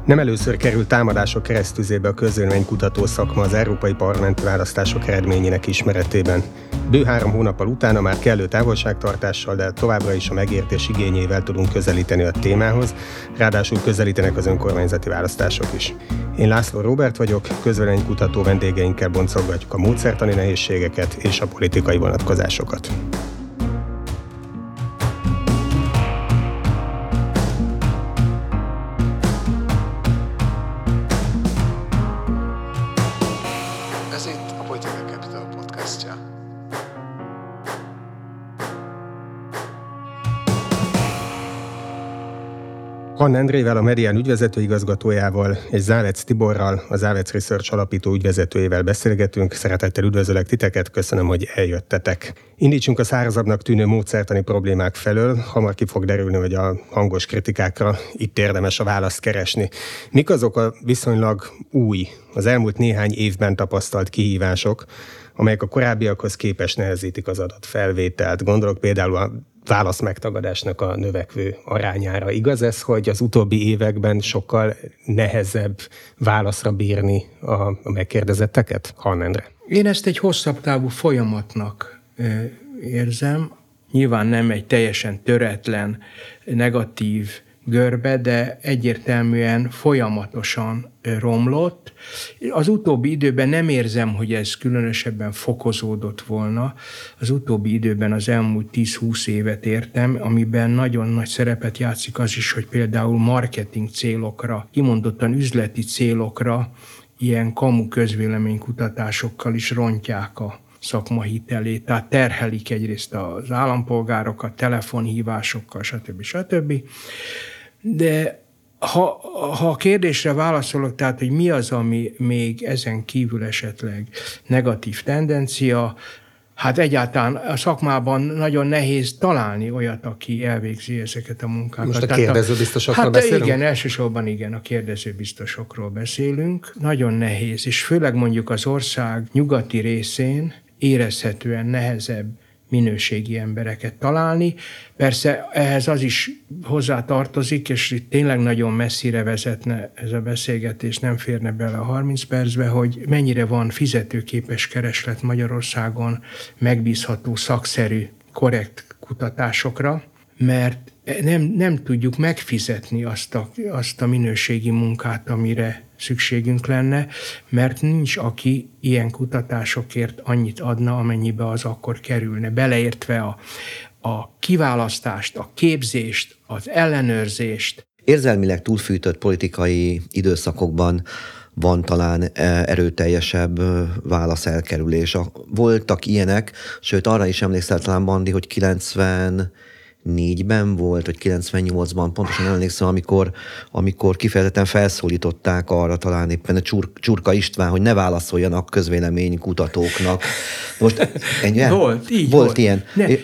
Nem először került támadások keresztüzébe a közvéleménykutató szakma az európai parlamenti választások eredményének ismeretében. Bő 3 hónappal utána már kellő távolságtartással, de továbbra is a megértés igényével tudunk közelíteni a témához, ráadásul közelítenek az önkormányzati választások is. Én László Róbert vagyok, közvéleménykutató vendégeinkkel boncolgatjuk a módszertani nehézségeket és a politikai vonatkozásokat. Hann Endrével, a Medián ügyvezető igazgatójával és Zálec Tiborral, az Zálec Research alapító ügyvezetőjével beszélgetünk. Szeretettel üdvözöllek titeket, köszönöm, hogy eljöttetek. Indítsunk a szárazabbnak tűnő módszertani problémák felől. Hamar ki fog derülni, hogy a hangos kritikákra itt érdemes a választ keresni. Mik azok a viszonylag új, az elmúlt néhány évben tapasztalt kihívások, amelyek a korábbiakhoz képest nehezítik az adatfelvételt? Gondolok például a válasz megtagadásnak a növekvő arányára. Igaz ez, hogy az utóbbi években sokkal nehezebb válaszra bírni a megkérdezetteket? Hann Endre. Én ezt egy hosszabb távú folyamatnak érzem. Nyilván nem egy teljesen töretlen, negatív görbe, de egyértelműen folyamatosan romlott. Az utóbbi időben nem érzem, hogy ez különösebben fokozódott volna. Az utóbbi időben az elmúlt 10-20 évet értem, amiben nagyon nagy szerepet játszik az is, hogy például marketing célokra, kimondottan üzleti célokra ilyen kamu közvéleménykutatásokkal is rontják a szakma hitelét, tehát terhelik egyrészt az állampolgárokat telefonhívásokkal, stb. De ha a kérdésre válaszolok, tehát, hogy mi az, ami még ezen kívül esetleg negatív tendencia, hát egyáltalán a szakmában nagyon nehéz találni olyat, aki elvégzi ezeket a munkákat. Most a kérdezőbiztosokról beszélünk? Igen, elsősorban igen, a kérdezőbiztosokról beszélünk. Nagyon nehéz, és főleg mondjuk az ország nyugati részén érezhetően nehezebb minőségi embereket találni. Persze ehhez az is hozzátartozik, és itt tényleg nagyon messzire vezetne ez a beszélgetés, nem férne bele a 30 percbe, hogy mennyire van fizetőképes kereslet Magyarországon megbízható, szakszerű, korrekt kutatásokra, mert nem tudjuk megfizetni azt a minőségi munkát, amire szükségünk lenne, mert nincs, aki ilyen kutatásokért annyit adna, amennyibe az akkor kerülne, beleértve a kiválasztást, a képzést, az ellenőrzést. Érzelmileg túlfűtött politikai időszakokban van talán erőteljesebb válaszelkerülés. Voltak ilyenek, sőt arra is emlékszel talán, Bandi, hogy 94-ben volt, vagy 98-ban, pontosan emlékszem, amikor kifejezetten felszólították arra talán éppen a Csurka István, hogy ne válaszoljanak közvéleménykutatóknak. Most ennyi? Volt ilyen.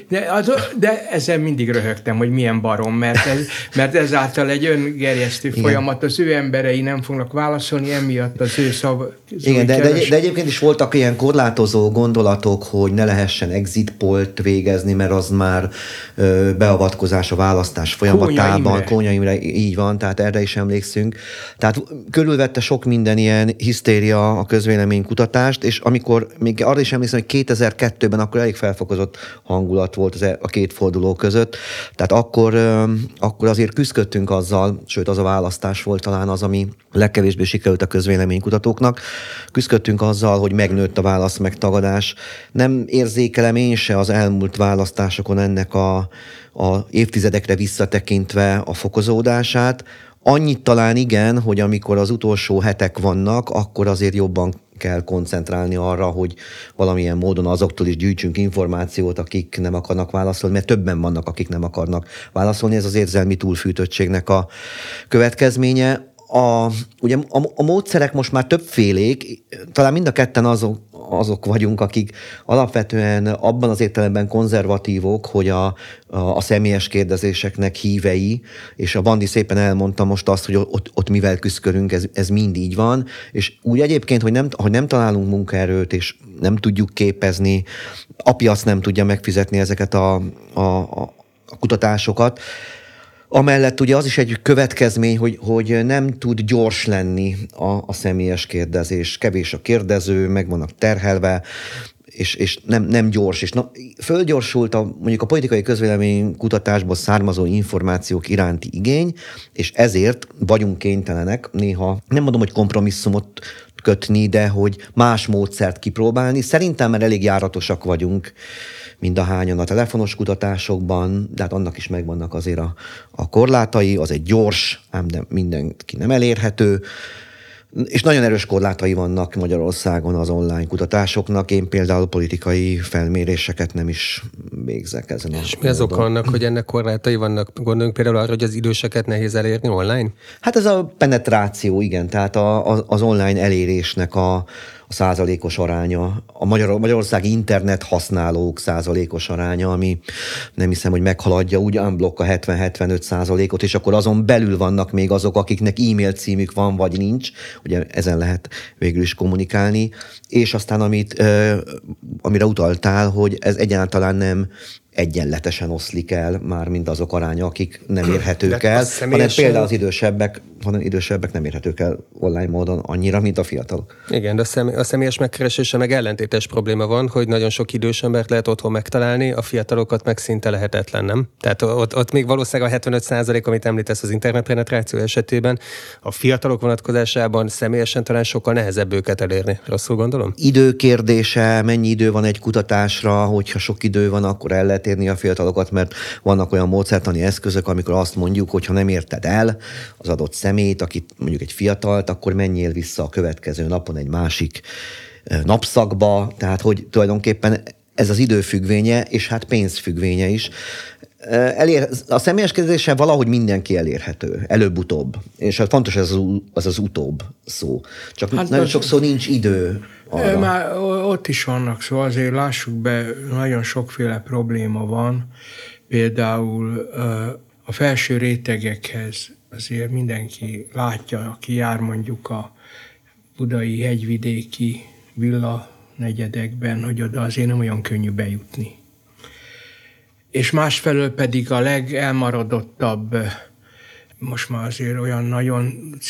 De ezzel mindig röhögtem, hogy milyen barom, mert ezáltal egy öngerjesztő folyamat, az ő emberei nem fognak válaszolni, emiatt az ő Igen, de egyébként is voltak ilyen korlátozó gondolatok, hogy ne lehessen exit pollt végezni, mert az már beavatkozás a választás folyamatában. Kónya Imre, így van, tehát erre is emlékszünk. Tehát körülvette sok minden ilyen hisztéria a közvéleménykutatást, és amikor még arra is emlékszem, hogy 2002-ben akkor elég felfokozott hangulat volt a két forduló között, tehát akkor azért küzdöttünk azzal, sőt az a választás volt talán az, ami legkevésbé sikerült a közvéleménykutatóknak. Küzdöttünk azzal, hogy megnőtt a válasz megtagadás. Nem érzékelem én se az elmúlt választásokon ennek a évtizedekre visszatekintve a fokozódását. Annyit talán igen, hogy amikor az utolsó hetek vannak, akkor azért jobban kell koncentrálni arra, hogy valamilyen módon azoktól is gyűjtsünk információt, akik nem akarnak válaszolni, mert többen vannak, akik nem akarnak válaszolni. Ez az érzelmi túlfűtöttségnek a következménye. Ugye a módszerek most már többfélék, talán mind a ketten azok vagyunk, akik alapvetően abban az értelemben konzervatívok, hogy a személyes kérdezéseknek hívei, és a Bandi szépen elmondta most azt, hogy ott mivel küzdködünk, ez mind így van, és úgy egyébként, hogy nem találunk munkaerőt, és nem tudjuk képezni, a piac nem tudja megfizetni ezeket a kutatásokat, Amellett ugye az is egy következmény, hogy nem tud gyors lenni a személyes kérdezés. Kevés a kérdező, meg vannak terhelve, és nem gyors. És fölgyorsult mondjuk a politikai közvélemény kutatásból származó információk iránti igény, és ezért vagyunk kénytelenek néha, nem mondom, hogy kompromisszumot kötni, de hogy más módszert kipróbálni. Szerintem már elég járatosak vagyunk mindahányan a telefonos kutatásokban, de hát annak is megvannak azért a korlátai, az egy gyors, ám de mindenki nem elérhető, és nagyon erős korlátai vannak Magyarországon az online kutatásoknak. Én például politikai felméréseket nem is végzek ezen. És mi az oka annak, hogy ennek korlátai vannak? Gondoljunk például arra, hogy az időseket nehéz elérni online? Hát ez a penetráció, igen, tehát az online elérésnek a százalékos aránya, a magyarországi internet használók százalékos aránya, ami nem hiszem, hogy meghaladja úgy unblock a 70-75 százalékot, és akkor azon belül vannak még azok, akiknek e-mail címük van, vagy nincs, ugye ezen lehet végül is kommunikálni, és aztán amire utaltál, hogy ez egyáltalán nem egyenletesen oszlik el már, mint azok aránya, akik nem érhetők el, hanem például az idősebbek nem érhetők el online módon annyira, mint a fiatalok. Igen, de a személyes megkeresése meg ellentétes probléma van, hogy nagyon sok idős embert lehet otthon megtalálni, a fiatalokat meg szinte lehetetlen, nem? Tehát ott még valószínűleg a 75%, amit említesz az internetpenetráció esetében, a fiatalok vonatkozásában személyesen talán sokkal nehezebb őket elérni. Rosszul gondolom? Idő kérdése, mennyi idő van egy kutatásra, hogyha sok idő van, akkor el lehet érni a fiatalokat, mert vannak olyan módszertani eszközök, amikor azt mondjuk, hogy ha nem érted el az adott személyt, akit mondjuk egy fiatalt, akkor menjél vissza a következő napon egy másik napszakba, tehát hogy tulajdonképpen ez az időfüggvénye, és hát pénzfüggvénye is. A személyes kérdéssel valahogy mindenki elérhető, előbb-utóbb. És hát fontos ez az utóbb szó. Csak hát nagyon sokszor nincs idő arra. Már ott is vannak, szóval azért lássuk be, nagyon sokféle probléma van. Például a felső rétegekhez azért mindenki látja, aki jár mondjuk a budai hegyvidéki villa negyedekben, hogy oda azért nem olyan könnyű bejutni. És másfelől pedig a legelmaradottabb, most már azért olyan nagyon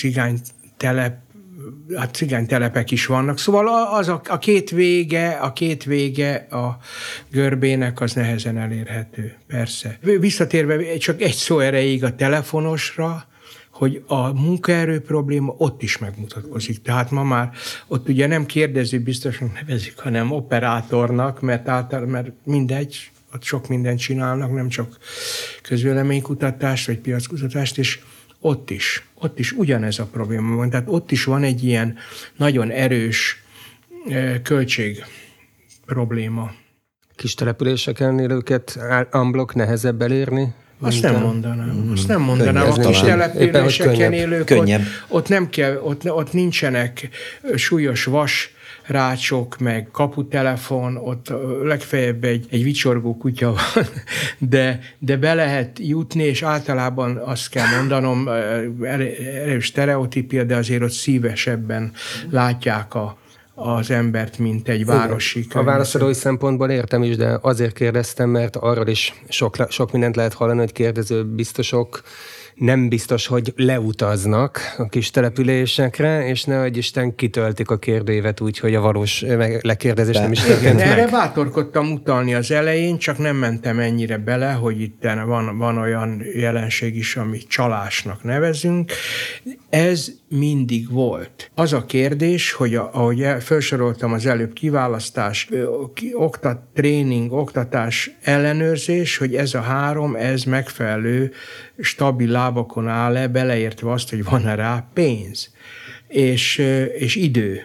cigánytelepek is vannak, szóval az a két vége a görbének az nehezen elérhető, persze. Visszatérve csak egy szó erejéig a telefonosra, hogy a munkaerő probléma ott is megmutatkozik. Tehát ma már ott ugye nem kérdező biztosan nevezik, hanem operátornak, mert mindegy, ott sok mindent csinálnak, nem csak közvéleménykutatást vagy piackutatást, és ott is ugyanez a probléma van. Tehát ott is van egy ilyen nagyon erős költség probléma. Kis településeken élőket unblock nehezebb elérni? Azt nem mondanám. A kis településeken élők, ott nincsenek súlyos vasrácsok, meg kaputelefon, ott legfeljebb egy vicsorgó kutya van, de be lehet jutni, és általában azt kell mondanom, erős sztereotípia, de azért ott szívesebben látják az embert, mint egy városi környezet. A válaszadói szempontból értem is, de azért kérdeztem, mert arról is sok mindent lehet hallani, hogy kérdező biztosok nem biztos, hogy leutaznak a kis településekre, és nehogy Isten kitöltik a kérdőívet úgy, hogy a valós lekérdezés nem is történt meg. Erre bátorkodtam utalni az elején, csak nem mentem ennyire bele, hogy itt van olyan jelenség is, amit csalásnak nevezünk. Ez mindig volt. Az a kérdés, hogy ahogy felsoroltam az előbb, kiválasztás, tréning, oktatás, ellenőrzés, hogy ez a három, ez megfelelő, stabil lábakon áll-e, beleértve azt, hogy van-e rá pénz, és idő.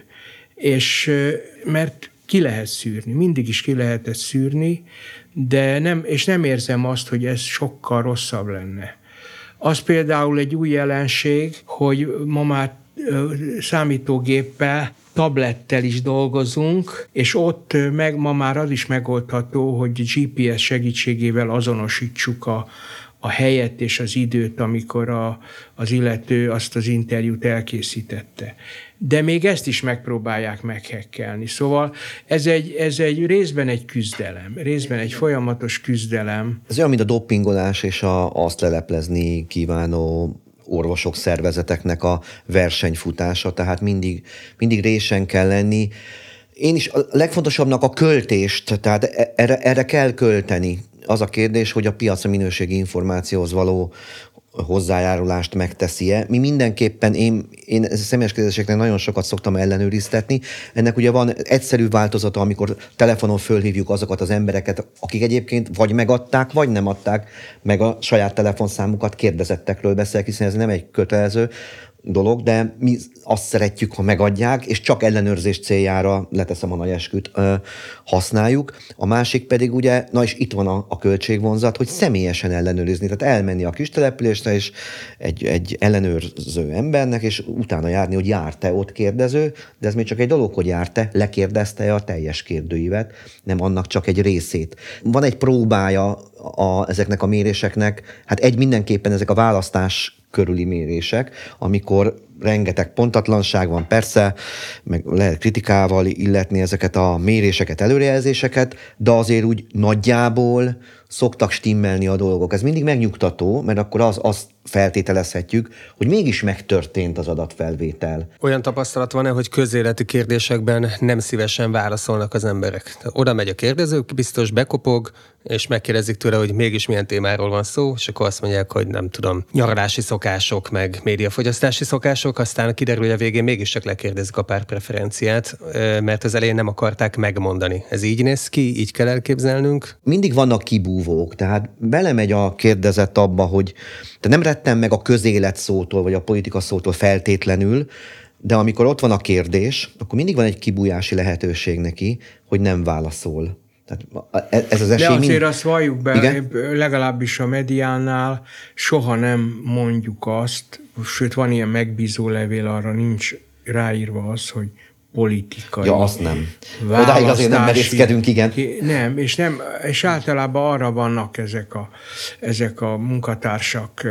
Mert ki lehet szűrni, mindig is ki lehetett szűrni, de nem érzem azt, hogy ez sokkal rosszabb lenne. Az például egy új jelenség, hogy ma már számítógéppel, tablettel is dolgozunk, és ott ma már az is megoldható, hogy GPS segítségével azonosítsuk a helyet és az időt, amikor az illető azt az interjút elkészítette. De még ezt is megpróbálják meghekkelni. Szóval ez egy részben egy küzdelem, részben egy folyamatos küzdelem. Ez olyan, mint a dopingolás és azt leleplezni kívánó orvosok, szervezeteknek a versenyfutása, tehát mindig résen kell lenni. Én is a legfontosabbnak a költést, tehát erre kell költeni. Az a kérdés, hogy a piac a minőségi információhoz való hozzájárulást megteszi-e. Mi mindenképpen, én személyes kérdéseknek nagyon sokat szoktam ellenőriztetni. Ennek ugye van egyszerű változata, amikor telefonon fölhívjuk azokat az embereket, akik egyébként vagy megadták, vagy nem adták meg a saját telefonszámukat, kérdezettekről beszélek, hiszen ez nem egy kötelező dolog, de mi azt szeretjük, ha megadják, és csak ellenőrzés céljára, leteszem a nagy esküt, használjuk. A másik pedig ugye, na és itt van a költségvonzat, hogy személyesen ellenőrizni, tehát elmenni a kis településre, és egy ellenőrző embernek, és utána járni, hogy jár-e ott kérdező, de ez még csak egy dolog, hogy jár-e, lekérdezte a teljes kérdőívet, nem annak csak egy részét. Van egy próbája ezeknek a méréseknek, hát mindenképpen ezek a választás körüli mérések, amikor rengeteg pontatlanság van, persze, meg lehet kritikával illetni ezeket a méréseket, előrejelzéseket, de azért úgy nagyjából szoktak stimmelni a dolgok. Ez mindig megnyugtató, mert akkor azt feltételezhetjük, hogy mégis megtörtént az adatfelvétel. Olyan tapasztalat van-e, hogy közéleti kérdésekben nem szívesen válaszolnak az emberek? Tehát oda megy a kérdező, biztos bekopog, és megkérdezik tőle, hogy mégis milyen témáról van szó, és akkor azt mondják, hogy nem tudom, nyaralási szokások, meg médiafogyasztási szokások, aztán kiderül, hogy a végén mégiscsak lekérdezik a pártpreferenciát, mert az elején nem akarták megmondani. Ez így néz ki, így kell elképzelnünk? Mindig vannak kibúvók, tehát belemegy a kérdezett abba, hogy te nem rettem meg a közélet szótól, vagy a politika szótól feltétlenül, de amikor ott van a kérdés, akkor mindig van egy kibújási lehetőség neki, hogy nem válaszol. Tehát ez az esély. De azért azt valljuk be, igen? Legalábbis a mediánál soha nem mondjuk azt, sőt van ilyen megbízó levél, arra nincs ráírva az, hogy politikai. Ja, azt nem. Odáig azért nem merészkedünk, igen. Nem, és általában arra vannak ezek a munkatársak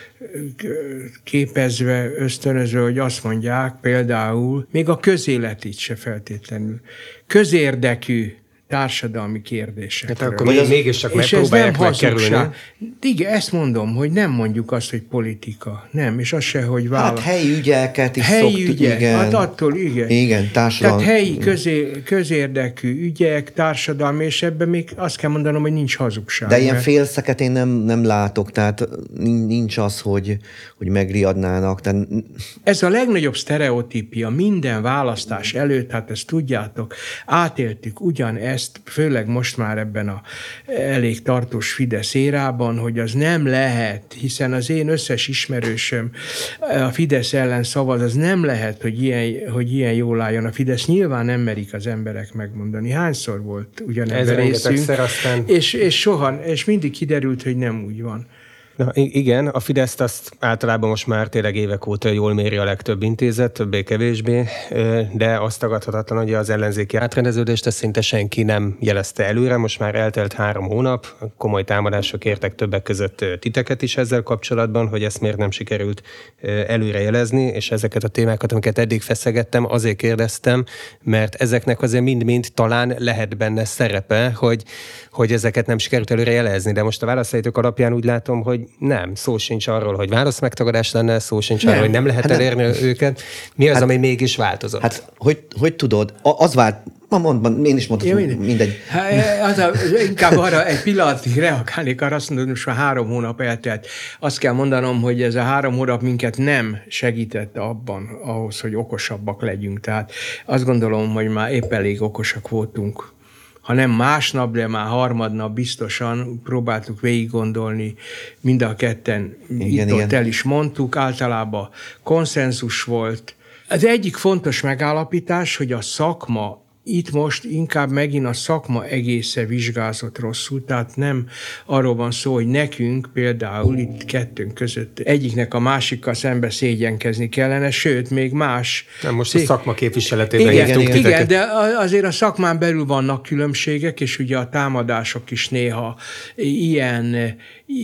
képezve, ösztönözve, hogy azt mondják például, még a közéletit se feltétlenül, közérdekű társadalmi kérdésekről. Hát akkor mégiscsak megpróbálják megkerülni. Igen, ezt mondom, hogy nem mondjuk azt, hogy politika. Nem, és az se, hogy válasz. Hát helyi ügyeket is szoktuk, igen. Hát attól, igen. Igen, társadalmi. Tehát helyi közérdekű ügyek, társadalmi, és ebben még azt kell mondanom, hogy nincs hazugság. De ilyen félszeket én nem látok, tehát nincs az, hogy megriadnának. Tehát... Ez a legnagyobb sztereotípia minden választás előtt, hát ezt tudjátok, átéltük ugyanezt, főleg most már ebben a elég tartós Fidesz érában, hogy az nem lehet, hiszen az én összes ismerősöm a Fidesz ellen szavaz, az nem lehet, hogy ilyen jól álljon a Fidesz. Nyilván nem merik az emberek megmondani. Hányszor volt ugyanebben részünk, és mindig kiderült, hogy nem úgy van. Na, igen, a Fideszt azt általában most már tényleg évek óta jól méri a legtöbb intézet, többé-kevésbé, de azt tagadhatatlan, hogy az ellenzéki átrendeződést ezt szinte senki nem jelezte előre. Most már eltelt 3 hónap, komoly támadások értek többek között titeket is ezzel kapcsolatban, hogy ezt miért nem sikerült előre jelezni, és ezeket a témákat, amiket eddig feszegettem, azért kérdeztem, mert ezeknek azért mind-mind talán lehet benne szerepe, hogy ezeket nem sikerült előre jelezni, de most a válaszsejtők alapján úgy látom, hogy nem, szó sincs arról, hogy válaszmegtagadás lenne, szó sincs arról, hogy nem lehet elérni őket. Mi az, ami mégis változott? Hát, hogy tudod, az vált, én is mondtam, mindegy. Inkább arra egy pillanatig reagálnék, arra azt mondom, hogy most már 3 hónap eltelt. Azt kell mondanom, hogy ez a 3 hónap minket nem segített abban, ahhoz, hogy okosabbak legyünk. Tehát azt gondolom, hogy már épp elég okosak voltunk. Ha nem másnap, de már harmadnap biztosan próbáltuk végig gondolni, mind a ketten itt el is mondtuk, általában konszenzus volt. Az egyik fontos megállapítás, hogy a szakma itt most inkább megint a szakma egésze vizsgázott rosszul, tehát nem arról van szó, hogy nekünk például itt kettőnk között egyiknek a másikkal szembe szégyenkezni kellene, sőt, még más... Nem, most a szakma képviseletében hívtunk titeket. Igen, de azért a szakmán belül vannak különbségek, és ugye a támadások is néha ilyen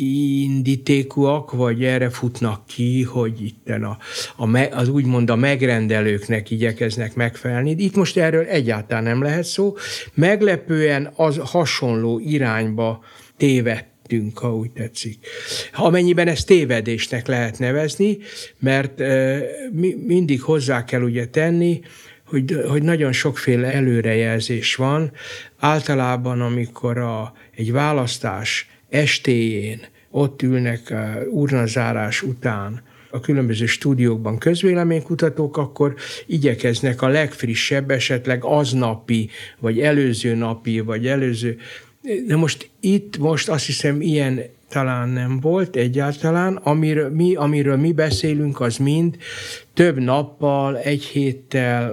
indítékúak, vagy erre futnak ki, hogy itten az úgymond a megrendelőknek igyekeznek megfelelni. Itt most erről egyáltalán nem lehet szó. Meglepően az hasonló irányba tévedtünk, ha úgy tetszik. Amennyiben ezt tévedésnek lehet nevezni, mert mindig hozzá kell ugye tenni, hogy nagyon sokféle előrejelzés van. Általában, amikor egy választás estéjén ott ülnek urnazárás után a különböző stúdiókban közvéleménykutatók, akkor igyekeznek a legfrissebb, esetleg aznapi, vagy előző napi, vagy előző... De most azt hiszem, ilyen talán nem volt egyáltalán. Amiről mi beszélünk, az mind több nappal, egy héttel,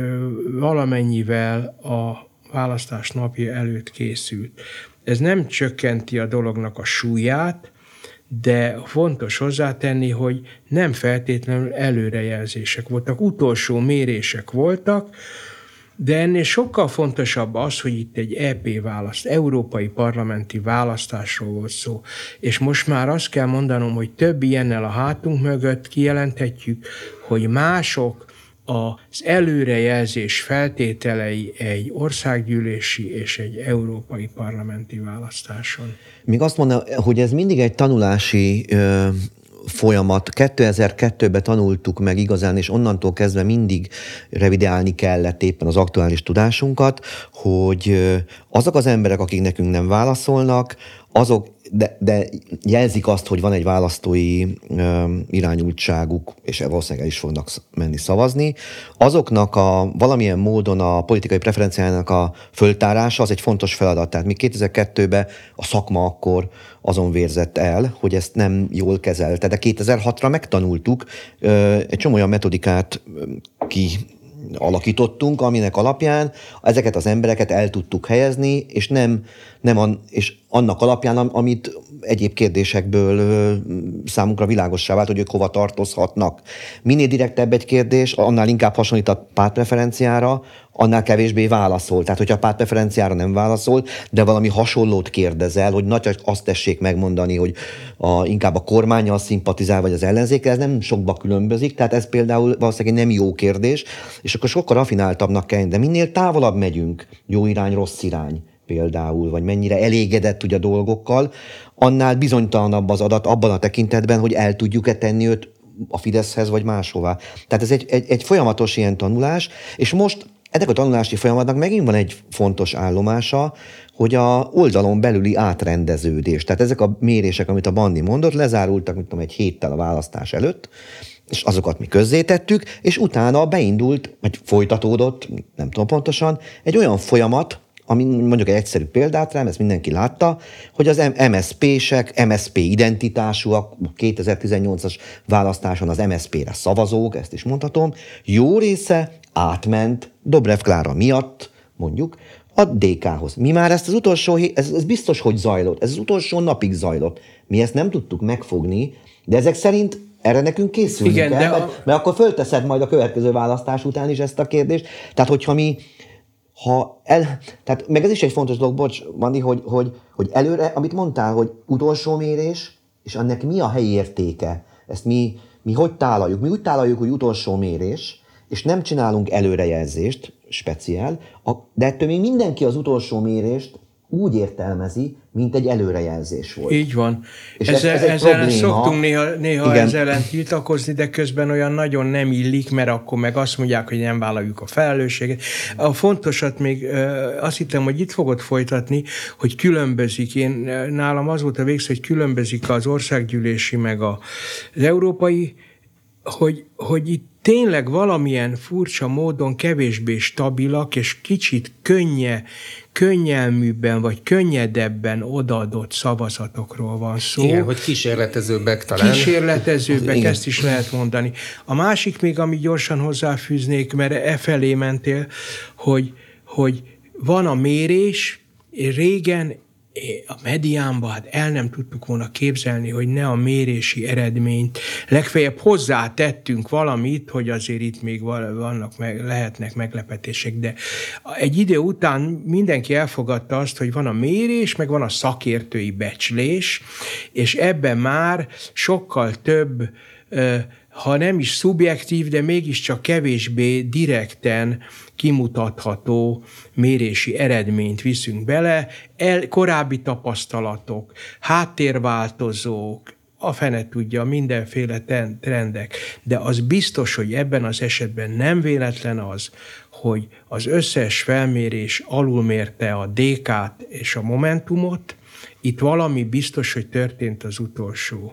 valamennyivel a választás napja előtt készült. Ez nem csökkenti a dolognak a súlyát, de fontos hozzátenni, hogy nem feltétlenül előrejelzések voltak, utolsó mérések voltak, de ennél sokkal fontosabb az, hogy itt egy EP európai parlamenti választásról volt szó. És most már azt kell mondanom, hogy több ilyennel a hátunk mögött kijelenthetjük, hogy mások az előrejelzés feltételei egy országgyűlési és egy európai parlamenti választáson. Még azt mondom, hogy ez mindig egy tanulási folyamat. 2002-ben tanultuk meg igazán, és onnantól kezdve mindig revidálni kellett éppen az aktuális tudásunkat, hogy azok az emberek, akik nekünk nem válaszolnak, azok, de jelzik azt, hogy van egy választói irányultságuk, és valószínűleg el is fognak menni szavazni. Azoknak valamilyen módon a politikai preferenciának a föltárása az egy fontos feladat. Tehát mi 2002-ben a szakma akkor azon vérzett el, hogy ezt nem jól kezelte, de 2006-ra megtanultuk, egy csomó olyan metodikát alakítottunk, aminek alapján ezeket az embereket el tudtuk helyezni, és és annak alapján, amit egyéb kérdésekből számunkra világossá vált, hogy ők hova tartozhatnak. Minél direktebb egy kérdés, annál inkább hasonlít a pártpreferenciára, annál kevésbé válaszol. Tehát, hogyha a pártpreferenciára nem válaszol, de valami hasonlót kérdezel, hogy csak azt tessék megmondani, hogy inkább a kormánnyal szimpatizál, vagy az ellenzékkel, ez nem sokba különbözik, tehát ez például valószínűleg nem jó kérdés, és akkor sokkal rafináltabbnak kell, de minél távolabb megyünk, jó irány, rossz irány például, vagy mennyire elégedett ugye a dolgokkal, annál bizonytalanabb az adat abban a tekintetben, hogy el tudjuk-e tenni őt a Fideszhez, vagy máshová. Tehát ez egy folyamatos ilyen tanulás, és most ennek a tanulási folyamatnak megint van egy fontos állomása, hogy a oldalon belüli átrendeződés. Tehát ezek a mérések, amit a Bandi mondott, lezárultak, mit tudom, egy héttel a választás előtt, és azokat mi közzétettük, és utána beindult, vagy folytatódott, nem tudom pontosan, egy olyan folyamat, ami mondjuk egy egyszerű példát rám, ezt mindenki látta, hogy az MSZP-sek, MSZP identitásúak, 2018-as választáson az MSZP-re szavazók, ezt is mondhatom, jó része átment Dobrev Klára miatt, mondjuk, a DK-hoz. Mi már ezt az utolsó, ez biztos, hogy zajlott, ez az utolsó napig zajlott. Mi ezt nem tudtuk megfogni, de ezek szerint erre nekünk készülni kell, mert akkor fölteszed majd a következő választás után is ezt a kérdést. Tehát, hogyha mi tehát meg ez is egy fontos dolog, bocs, Bandi, hogy előre, amit mondtál, hogy utolsó mérés, és annak mi a helyi értéke, ezt mi hogy tálaljuk? Mi úgy tálaljuk, hogy utolsó mérés, és nem csinálunk előrejelzést, speciál, de ettől még mindenki az utolsó mérést úgy értelmezi, mint egy előrejelzés volt. Így van. És ezzel szoktunk néha ezzel ellen tiltakozni, de közben olyan nagyon nem illik, mert akkor meg azt mondják, hogy nem vállaljuk a felelősséget. A fontosat még azt hittem, hogy itt fogod folytatni, hogy különbözik. Nálam az volt a végsz, hogy különbözik az országgyűlési meg az európai, hogy itt tényleg valamilyen furcsa módon kevésbé stabilak, és kicsit könnyelműbben, vagy könnyedebben odaadott szavazatokról van szó. Igen, hogy kísérletezőbbek talán. Kísérletezőbbek, ezt is lehet mondani. A másik még, amit gyorsan hozzáfűznék, mert felé mentél, hogy hogy van a mérés, és régen a mediánban hát el nem tudtuk volna képzelni, hogy ne a mérési eredményt, legfeljebb hozzátettünk valamit, hogy azért itt még lehetnek meglepetések, de egy idő után mindenki elfogadta azt, hogy van a mérés, meg van a szakértői becslés, és ebben már sokkal több, ha nem is szubjektív, de mégiscsak kevésbé direkten kimutatható mérési eredményt viszünk bele, korábbi tapasztalatok, háttérváltozók, a fene tudja, mindenféle trendek. De az biztos, hogy ebben az esetben nem véletlen az, hogy az összes felmérés alulmérte a DK-t és a Momentumot. Itt valami biztos, hogy történt az utolsó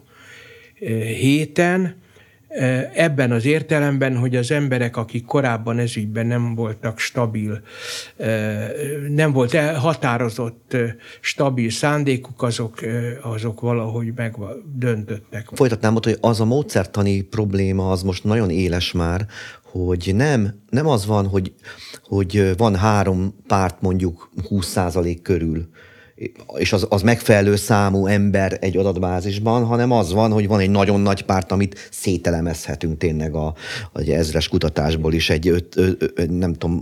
héten, ebben az értelemben, hogy az emberek, akik korábban ezügyben nem voltak stabil, nem volt határozott stabil szándékuk, azok valahogy megdöntöttek. Folytatnám ott, hogy az a módszertani probléma az most nagyon éles már, hogy nem az van, hogy van 3 párt mondjuk 20% körül, és az megfelelő számú ember egy adatbázisban, hanem az van, hogy van egy nagyon nagy párt, amit szételemezhetünk tényleg egy ezres kutatásból is, nem tudom,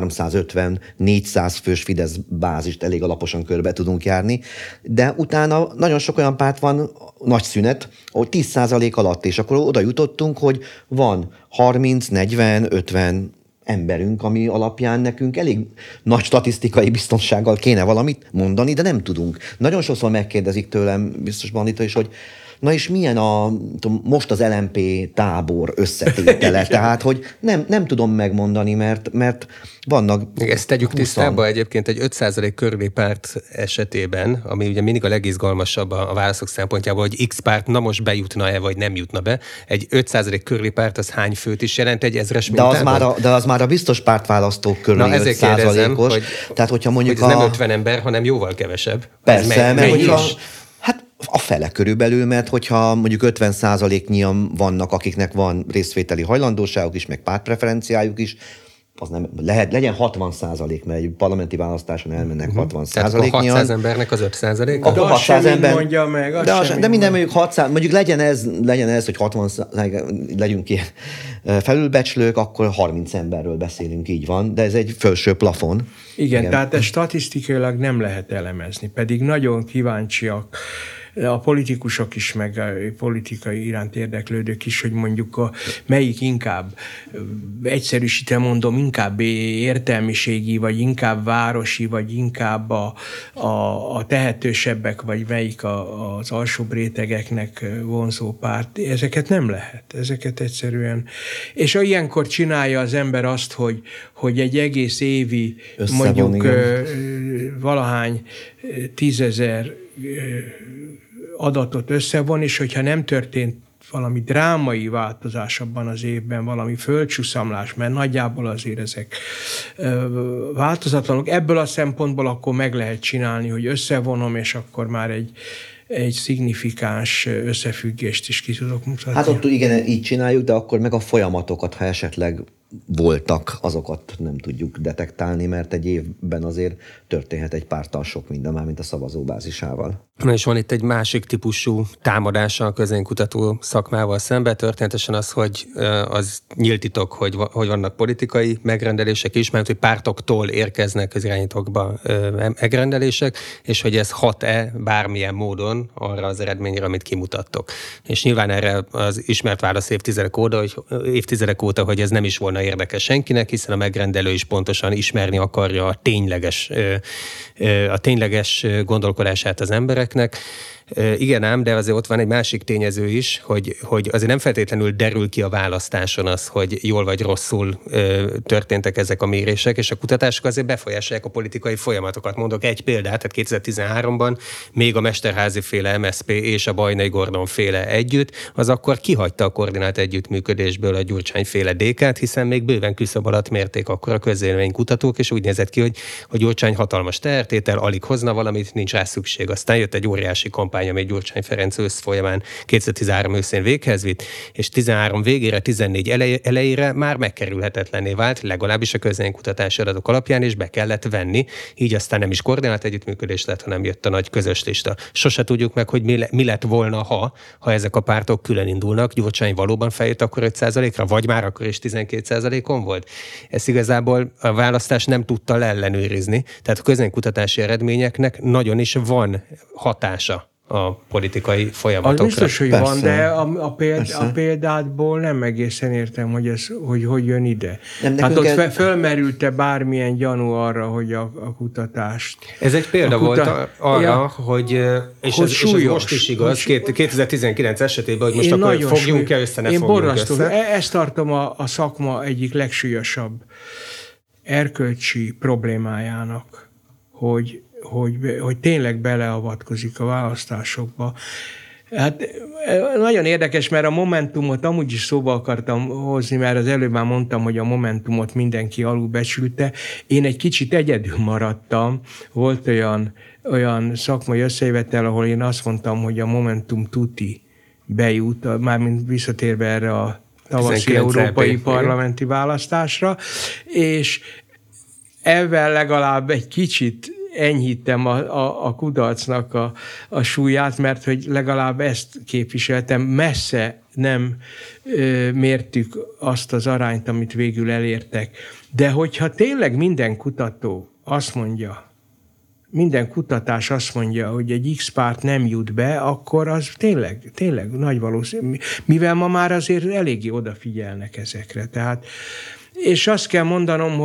350-400 fős Fidesz bázist elég alaposan körbe tudunk járni, de utána nagyon sok olyan párt van, nagy szünet, hogy 10% alatt, és akkor oda jutottunk, hogy van 30, 40, 50 emberünk, ami alapján nekünk elég nagy statisztikai biztonsággal kéne valamit mondani, de nem tudunk. Nagyon sokszor megkérdezik tőlem, biztos Bandita is, hogy na és milyen most az LMP tábor összetétele? Tehát, hogy nem tudom megmondani, mert vannak... Ezt tegyük tisztába egyébként egy 5% körüli párt esetében, ami ugye mindig a legizgalmasabb a válaszok szempontjából, hogy X párt na most bejutna-e, vagy nem jutna be. Egy 5% körüli párt az hány főt is jelent egy ezres mintában? De az már a biztos pártválasztók körüli 5%-os. Tehát, hogyha mondjuk hogy ez nem 50 ember, hanem jóval kevesebb. Persze, mert hogyha... A fele körülbelül, mert hogyha mondjuk 50%-nyian vannak, akiknek van részvételi hajlandóságuk is, meg pártpreferenciájuk is, az nem lehet, legyen 60%, mert egy parlamenti választáson elmennek 60%-nyian. Tehát akkor 600 embernek az 5%? Akkor 600 ember mondja meg. De minden mondjuk 600, mondjuk legyen ez, hogy 60%, legyünk ilyen felülbecslők, akkor 30 emberről beszélünk, így van, de ez egy felső plafon. Igen, tehát ezt statisztikailag nem lehet elemezni, pedig nagyon kíváncsiak a politikusok is, meg a politikai iránt érdeklődők is, hogy mondjuk melyik inkább, egyszerűsítve mondom, inkább értelmiségi, vagy inkább városi, vagy inkább a tehetősebbek, vagy melyik az alsóbb rétegeknek vonzó párt. Ezeket nem lehet. Ezeket egyszerűen. És ilyenkor csinálja az ember azt, hogy egy egész évi, mondjuk valahány 10 000 adatot összevon, és hogyha nem történt valami drámai változás abban az évben, valami földcsúszamlás, mert nagyjából azért ezek változatlanok. Ebből a szempontból akkor meg lehet csinálni, hogy összevonom, és akkor már egy szignifikáns összefüggést is ki tudok mutatni. Hát ott igen, így csináljuk, de akkor meg a folyamatokat, ha esetleg voltak, azokat nem tudjuk detektálni, mert egy évben azért történhet egy párttal sok minden, már mint a szavazóbázisával. Na és van itt egy másik típusú támadása a közénkutató szakmával szemben, történetesen az, hogy az nyílt titok, hogy vannak politikai megrendelések is, mert hogy pártoktól érkeznek közirányítókba megrendelések, és hogy ez hat-e bármilyen módon arra az eredményre, amit kimutattok. És nyilván erre az ismert válasz évtizedek óta, hogy ez nem is volna érdekes senkinek, hiszen a megrendelő is pontosan ismerni akarja a tényleges gondolkodását az embereknek. Igen ám, de azért ott van egy másik tényező is, hogy azért nem feltétlenül derül ki a választáson az, hogy jól vagy rosszul történtek ezek a mérések, és a kutatások azért befolyásolják a politikai folyamatokat. Mondok egy példát, tehát 2013-ban még a Mesterházy féle MSZP és a Bajnai Gordon féle együtt, az akkor kihagyta a koordinált együttműködésből a Gyurcsány féle DK-t, hiszen még bőven küszöb alatt mérték akkor a közvéleménykutatók, és úgy nézett ki, hogy Gyurcsány hatalmas tehertétel, alig hozna valamit, nincs rá szükség. Aztán jött egy óriási kampány kampány, amely Gyurcsány Ferenc ősz folyamán 2013 őszén véghez vitt, és 13 végére, 14 elejére már megkerülhetetlenné vált, legalábbis a közvéleménykutatási adatok alapján, és be kellett venni, így aztán nem is koordinált együttműködés lett, hanem jött a nagy közös lista. Sose tudjuk meg, hogy mi lett volna, ha ezek a pártok külön indulnak. Gyurcsány valóban feljött akkor 5%-ra, vagy már akkor is 12%-on volt? Ezt igazából a választás nem tudta leellenőrizni, tehát a közvéleménykutatási eredményeknek nagyon is van hatása a politikai folyamatokra. Az biztos, hogy persze, van, de a példádból nem egészen értem, hogy jön ide. Hát ott fölmerült-e bármilyen gyanú arra, hogy a kutatást... Ez egy példa volt arra, hogy és ez most is igaz, 2019 esetében, hogy most akkor fogjunk-e össze, ne fogjunk össze. Ezt tartom a szakma egyik legsúlyosabb erkölcsi problémájának, hogy tényleg beleavatkozik a választásokba. Hát nagyon érdekes, mert a Momentumot amúgy is szóba akartam hozni, mert az előbb már mondtam, hogy a Momentumot mindenki alulbecsülte. Én egy kicsit egyedül maradtam. Volt olyan szakmai összejövetel, ahol én azt mondtam, hogy a Momentum tuti bejut, mármint visszatérve erre a tavaszi európai parlamenti választásra, és ezzel legalább egy kicsit enyhítem a kudarcnak a súlyát, mert hogy legalább ezt képviseltem. Messze nem mértük azt az arányt, amit végül elértek. De hogyha tényleg minden kutató azt mondja, minden kutatás azt mondja, hogy egy X párt nem jut be, akkor az tényleg nagy valószínű. Mivel ma már azért eléggé odafigyelnek ezekre. Tehát, és azt kell mondanom,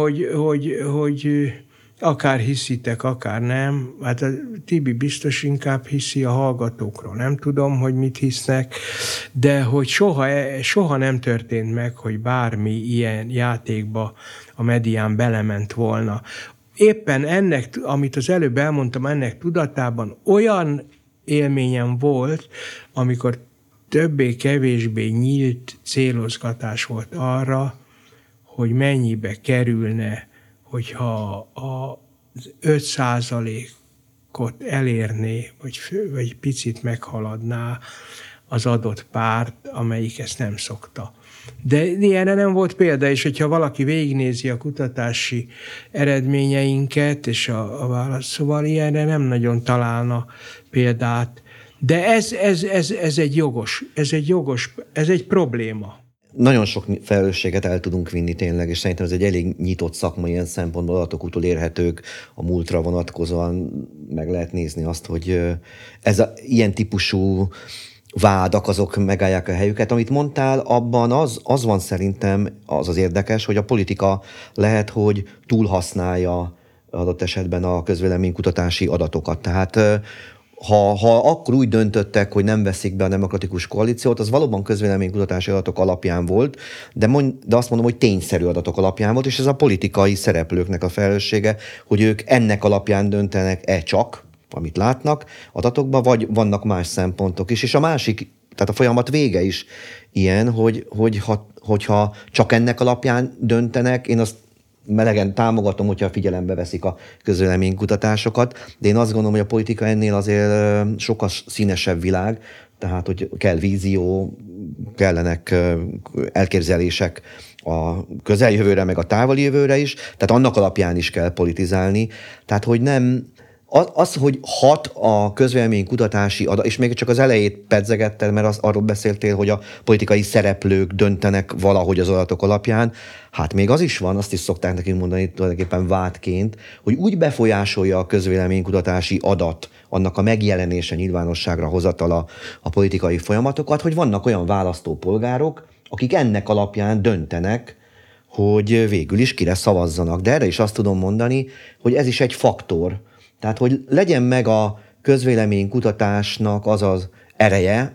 hogy akár hiszitek, akár nem. Hát a Tibi biztos inkább hiszi a hallgatókról. Nem tudom, hogy mit hisznek, de hogy soha nem történt meg, hogy bármi ilyen játékba a medián belement volna. Éppen ennek, amit az előbb elmondtam, ennek tudatában olyan élményem volt, amikor többé-kevésbé nyílt célozgatás volt arra, hogy mennyibe kerülne, hogyha az 5%-ot elérné, vagy picit meghaladná az adott párt, amelyik ezt nem szokta. De ilyenre nem volt példa, és hogyha valaki végignézi a kutatási eredményeinket, és a válasz, szóval ilyenre nem nagyon találna példát. De ez egy probléma. Nagyon sok felelősséget el tudunk vinni tényleg, és szerintem ez egy elég nyitott szakma ilyen szempontból, adatok útól érhetők, a múltra vonatkozóan meg lehet nézni azt, hogy ilyen típusú vádak azok megállják a helyüket. Amit mondtál, abban az van szerintem, az érdekes, hogy a politika lehet, hogy túlhasználja adott esetben a közvéleménykutatási adatokat. Tehát ha akkor úgy döntöttek, hogy nem veszik be a demokratikus koalíciót, az valóban közvéleménykutatási adatok alapján volt, de azt mondom, hogy tényszerű adatok alapján volt, és ez a politikai szereplőknek a felelőssége, hogy ők ennek alapján döntenek csak, amit látnak adatokban, vagy vannak más szempontok is. És a másik, tehát a folyamat vége is ilyen, hogyha csak ennek alapján döntenek, én azt melegen támogatom, hogyha figyelembe veszik a közvéleménykutatásokat, de én azt gondolom, hogy a politika ennél azért sokkal színesebb világ, tehát, hogy kell vízió, kellenek elképzelések a közeljövőre, meg a távoli jövőre is, tehát annak alapján is kell politizálni. Tehát, hogy nem... Az, hogy hat a közvéleménykutatási adat, és még csak az elejét pedzegetted, mert arról beszéltél, hogy a politikai szereplők döntenek valahogy az adatok alapján, hát még az is van, azt is szokták nekünk mondani tulajdonképpen vádként, hogy úgy befolyásolja a közvéleménykutatási adat, annak a megjelenése, nyilvánosságra hozatala a politikai folyamatokat, hogy vannak olyan választópolgárok, akik ennek alapján döntenek, hogy végül is kire szavazzanak. De erre is azt tudom mondani, hogy ez is egy faktor. Tehát, hogy legyen meg a közvéleménykutatásnak az ereje,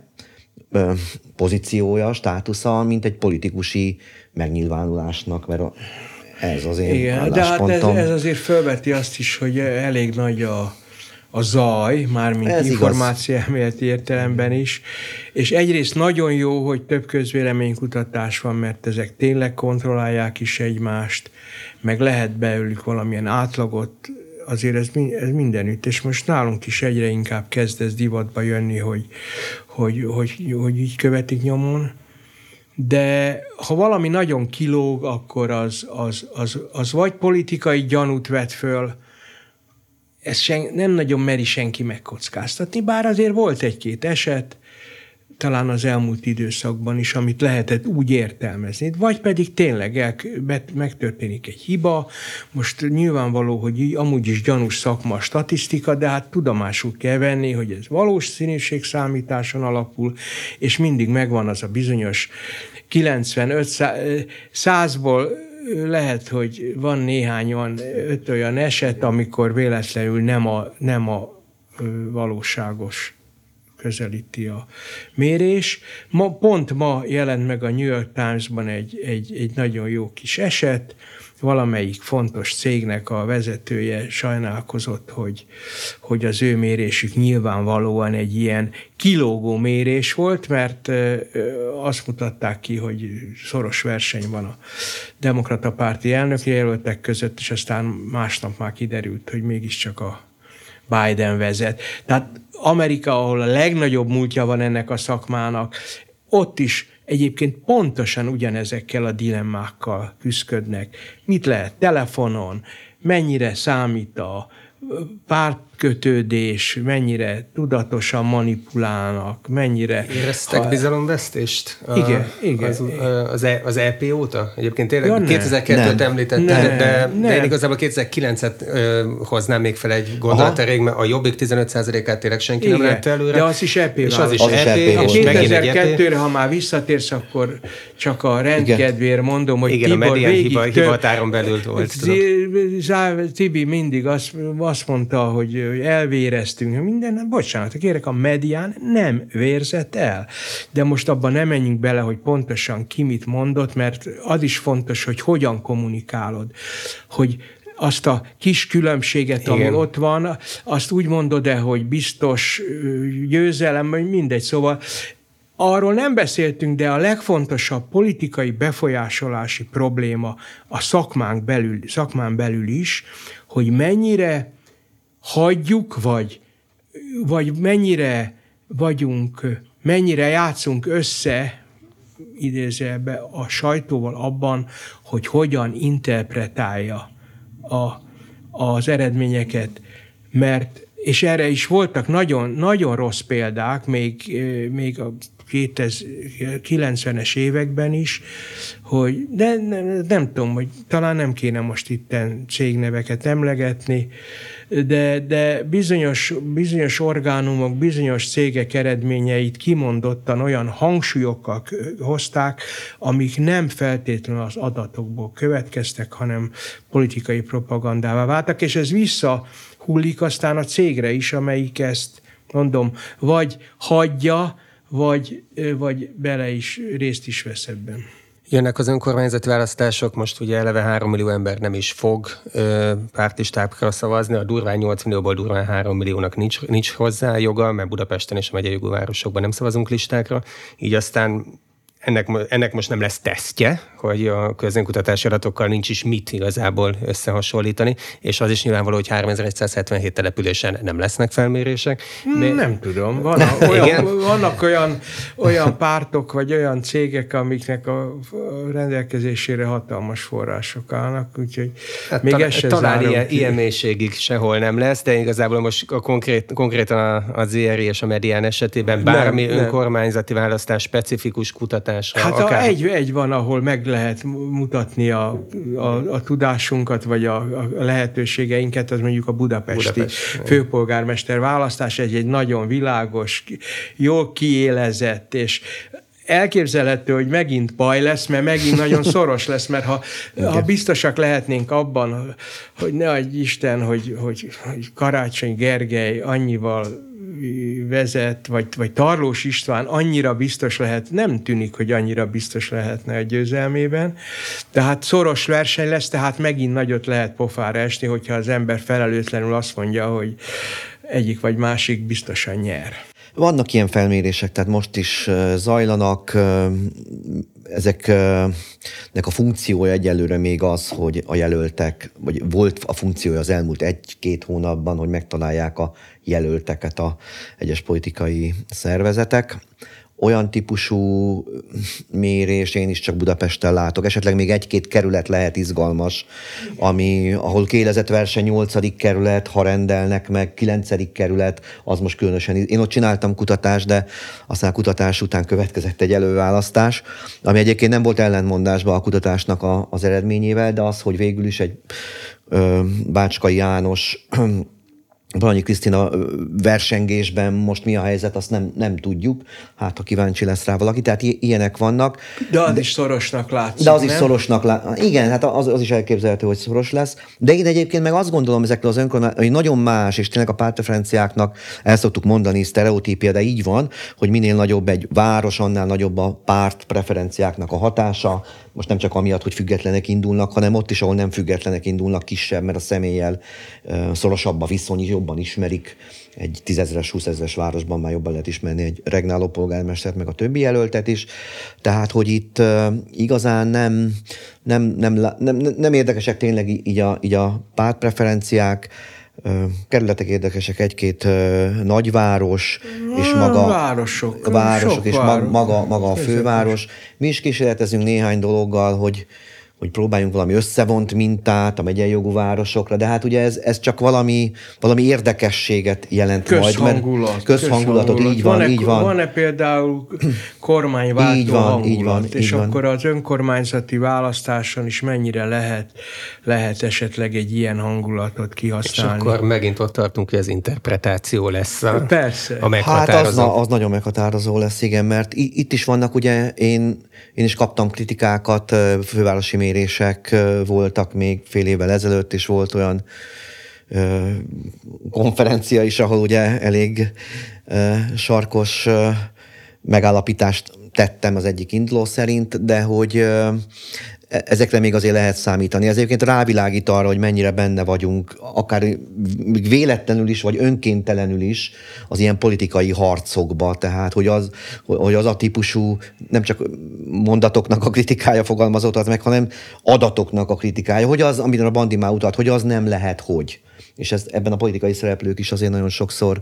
pozíciója, státusza, mint egy politikusi megnyilvánulásnak, mert ez az én álláspontom. De hát ez azért felveti azt is, hogy elég nagy a zaj, mármint információelméleti értelemben is, és egyrészt nagyon jó, hogy több közvéleménykutatás van, mert ezek tényleg kontrollálják is egymást, meg lehet belőlük valamilyen átlagot azért ez mindenütt, és most nálunk is egyre inkább kezd ez divatba jönni, hogy így követik nyomon. De ha valami nagyon kilóg, akkor az vagy politikai gyanút vet föl, ezt nem nagyon meri senki megkockáztatni, bár azért volt egy-két eset, talán az elmúlt időszakban is, amit lehetett úgy értelmezni, vagy pedig tényleg megtörténik egy hiba. Most nyilvánvaló, hogy amúgy is gyanús szakma a statisztika, de hát tudomásul kell venni, hogy ez valós színűségszámításon alapul, és mindig megvan az a bizonyos 95-100-ból lehet, hogy van néhány olyan eset, amikor véletlenül nem a valóságos közelíti a mérés. Pont ma jelent meg a New York Times-ban egy nagyon jó kis eset, valamelyik fontos cégnek a vezetője sajnálkozott, hogy az ő mérésük nyilvánvalóan egy ilyen kilógó mérés volt, mert azt mutatták ki, hogy szoros verseny van a demokrata párti elnökjelöltek között, és aztán másnap már kiderült, hogy mégiscsak a Biden vezet. Tehát Amerika, ahol a legnagyobb múltja van ennek a szakmának, ott is egyébként pontosan ugyanezekkel a dilemmákkal küszködnek. Mit lehet telefonon, mennyire számít a pártkötődés, mennyire tudatosan manipulálnak, mennyire... Éreztek bizalomvesztést? Igen. Az EP óta? Egyébként tényleg 2002-t említetted, de én igazából 2009-et hoznám még fel egy gondolat erég, mert a Jobbik 15%-át tényleg senki nem lett előre. De az is EP és az is EP. És 2002-re, ha már visszatérsz, akkor csak a rendkedvéért mondom, hogy igen, Tibor végig... hibatáron belül volt. Tibi mindig azt mondta, hogy elvéreztünk, minden, bocsánat, kérek, a medián nem vérzett el. De most abban nem menjünk bele, hogy pontosan ki mit mondott, mert az is fontos, hogy hogyan kommunikálod, hogy azt a kis különbséget, ami ott van, azt úgy mondod-e, hogy biztos győzelem, vagy mindegy, szóval arról nem beszéltünk, de a legfontosabb politikai befolyásolási probléma a szakmán belül is, hogy mennyire hagyjuk, vagy mennyire játszunk össze, idézőjelbe a sajtóval abban, hogy hogyan interpretálja az eredményeket, és erre is voltak nagyon, nagyon rossz példák, még a 90-es években is, hogy nem tudom, hogy talán nem kéne most itten cégneveket emlegetni, de bizonyos orgánumok, bizonyos cégek eredményeit kimondottan olyan hangsúlyokkal hozták, amik nem feltétlenül az adatokból következtek, hanem politikai propagandává váltak, és ez visszahullik aztán a cégre is, amelyik ezt, mondom, vagy hagyja, vagy bele is részt is vesz ebben. Jönnek az önkormányzati választások, most ugye eleve 3 millió ember nem is fog pártlistákra szavazni, a durván 8 millióból durván 3 milliónak nincs hozzá joga, mert Budapesten és a megyei jogú városokban nem szavazunk listákra, így aztán ennek most nem lesz tesztje, hogy a közönkutatási adatokkal nincs is mit igazából összehasonlítani, és az is nyilvánvaló, hogy 3177 településen nem lesznek felmérések. Nem tudom. Vannak olyan pártok, vagy olyan cégek, amiknek a rendelkezésére hatalmas források állnak, úgyhogy még ez se talán ilyen mélységig sehol nem lesz, de igazából most konkrétan a ZRI és a Medián esetében bármi önkormányzati választás specifikus kutatás. Hát egy van, ahol meg lehet mutatni a tudásunkat, vagy a lehetőségeinket, az mondjuk a budapesti főpolgármester választás, egy nagyon világos, jól kiélezett, és elképzelhető, hogy megint baj lesz, mert megint nagyon szoros lesz, mert ha biztosak lehetnénk abban, hogy ne adj Isten, hogy Karácsony Gergely annyival vezet, vagy Tarlós István annyira biztos lehet, nem tűnik, hogy annyira biztos lehetne a győzelmében. Tehát szoros verseny lesz, tehát megint nagyot lehet pofára esni, hogyha az ember felelőtlenül azt mondja, hogy egyik vagy másik biztosan nyer. Vannak ilyen felmérések, tehát most is zajlanak, ezeknek a funkciója egyelőre még az, hogy a jelöltek, vagy volt a funkciója az elmúlt 1-2 hónapban, hogy megtalálják a jelölteket a egyes politikai szervezetek. Olyan típusú mérés én is csak Budapesten látok. Esetleg még 1-2 kerület lehet izgalmas, ahol kiélezett verseny 8. kerület, ha rendelnek meg, 9. kerület, az most különösen. Én ott csináltam kutatást, de aztán a kutatás után következett egy előválasztás, ami egyébként nem volt ellentmondásban a kutatásnak az eredményével, de az, hogy végül is egy Bácskai János Baranyi Krisztina versengésben most mi a helyzet, azt nem tudjuk. Hát, ha kíváncsi lesz rá valaki. Tehát ilyenek vannak. De az is szorosnak látszik, de az nem? Is szorosnak látszik. Igen, hát az is elképzelhető, hogy szoros lesz. De én egyébként meg azt gondolom ezekről az önkormányzatok, hogy nagyon más, és tényleg a pártpreferenciáknak el szoktuk mondani, sztereotípia, de így van, hogy minél nagyobb egy város, annál nagyobb a pártpreferenciáknak a hatása. Most nem csak amiatt, hogy függetlenek indulnak, hanem ott is, ahol nem függetlenek indulnak, kisebb, mert a személlyel szorosabb a viszony, jobban ismerik. Egy 10 000-es, 20 000-es városban már jobban lehet ismerni egy regnáló polgármestert, meg a többi jelöltet is. Tehát, hogy itt igazán nem érdekesek tényleg így a pártpreferenciák, kerületek érdekesek, 1-2 nagyváros, és városok és maga a főváros. Mi is kísérletezünk néhány dologgal, hogy próbáljunk valami összevont mintát a megyei jogú városokra, de hát ugye ez csak valami érdekességet jelent közhangulatot, így van. Van-e például kormányváltó hangulat, és akkor az önkormányzati választáson is mennyire lehet esetleg egy ilyen hangulatot kihasználni? És akkor megint ott tartunk, hogy az interpretáció lesz a meghatározó. Hát az nagyon meghatározó lesz, igen, mert itt is vannak, ugye én is kaptam kritikákat, fővárosi mérések voltak még fél évvel ezelőtt, és volt olyan konferencia is, ahol ugye elég sarkos megállapítást tettem az egyik induló szerint, de hogy ezekre még azért lehet számítani. Ez egyébként rávilágít arra, hogy mennyire benne vagyunk, akár véletlenül is, vagy önkéntelenül is az ilyen politikai harcokba. Tehát, hogy az a típusú, nem csak mondatoknak a kritikája fogalmazott meg, hanem adatoknak a kritikája. Hogy az, amire a Bandi már utalt, hogy az nem lehet, hogy. És ebben a politikai szereplők is azért nagyon sokszor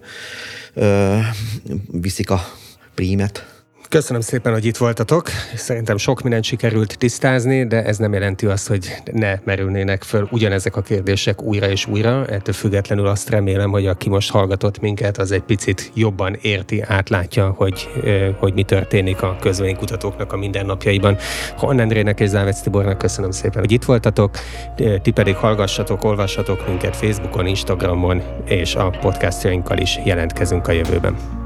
viszik a prímet. Köszönöm szépen, hogy itt voltatok. Szerintem sok mindent sikerült tisztázni, de ez nem jelenti azt, hogy ne merülnének föl ugyanezek a kérdések újra és újra. Ettől függetlenül azt remélem, hogy aki most hallgatott minket, az egy picit jobban érti, átlátja, hogy mi történik a közvéleménykutatóknak a mindennapjaiban. Horn Endrének és Závec Tibornak köszönöm szépen, hogy itt voltatok. Ti pedig hallgassatok, olvassatok minket Facebookon, Instagramon, és a podcastjainkkal is jelentkezünk a jövőben.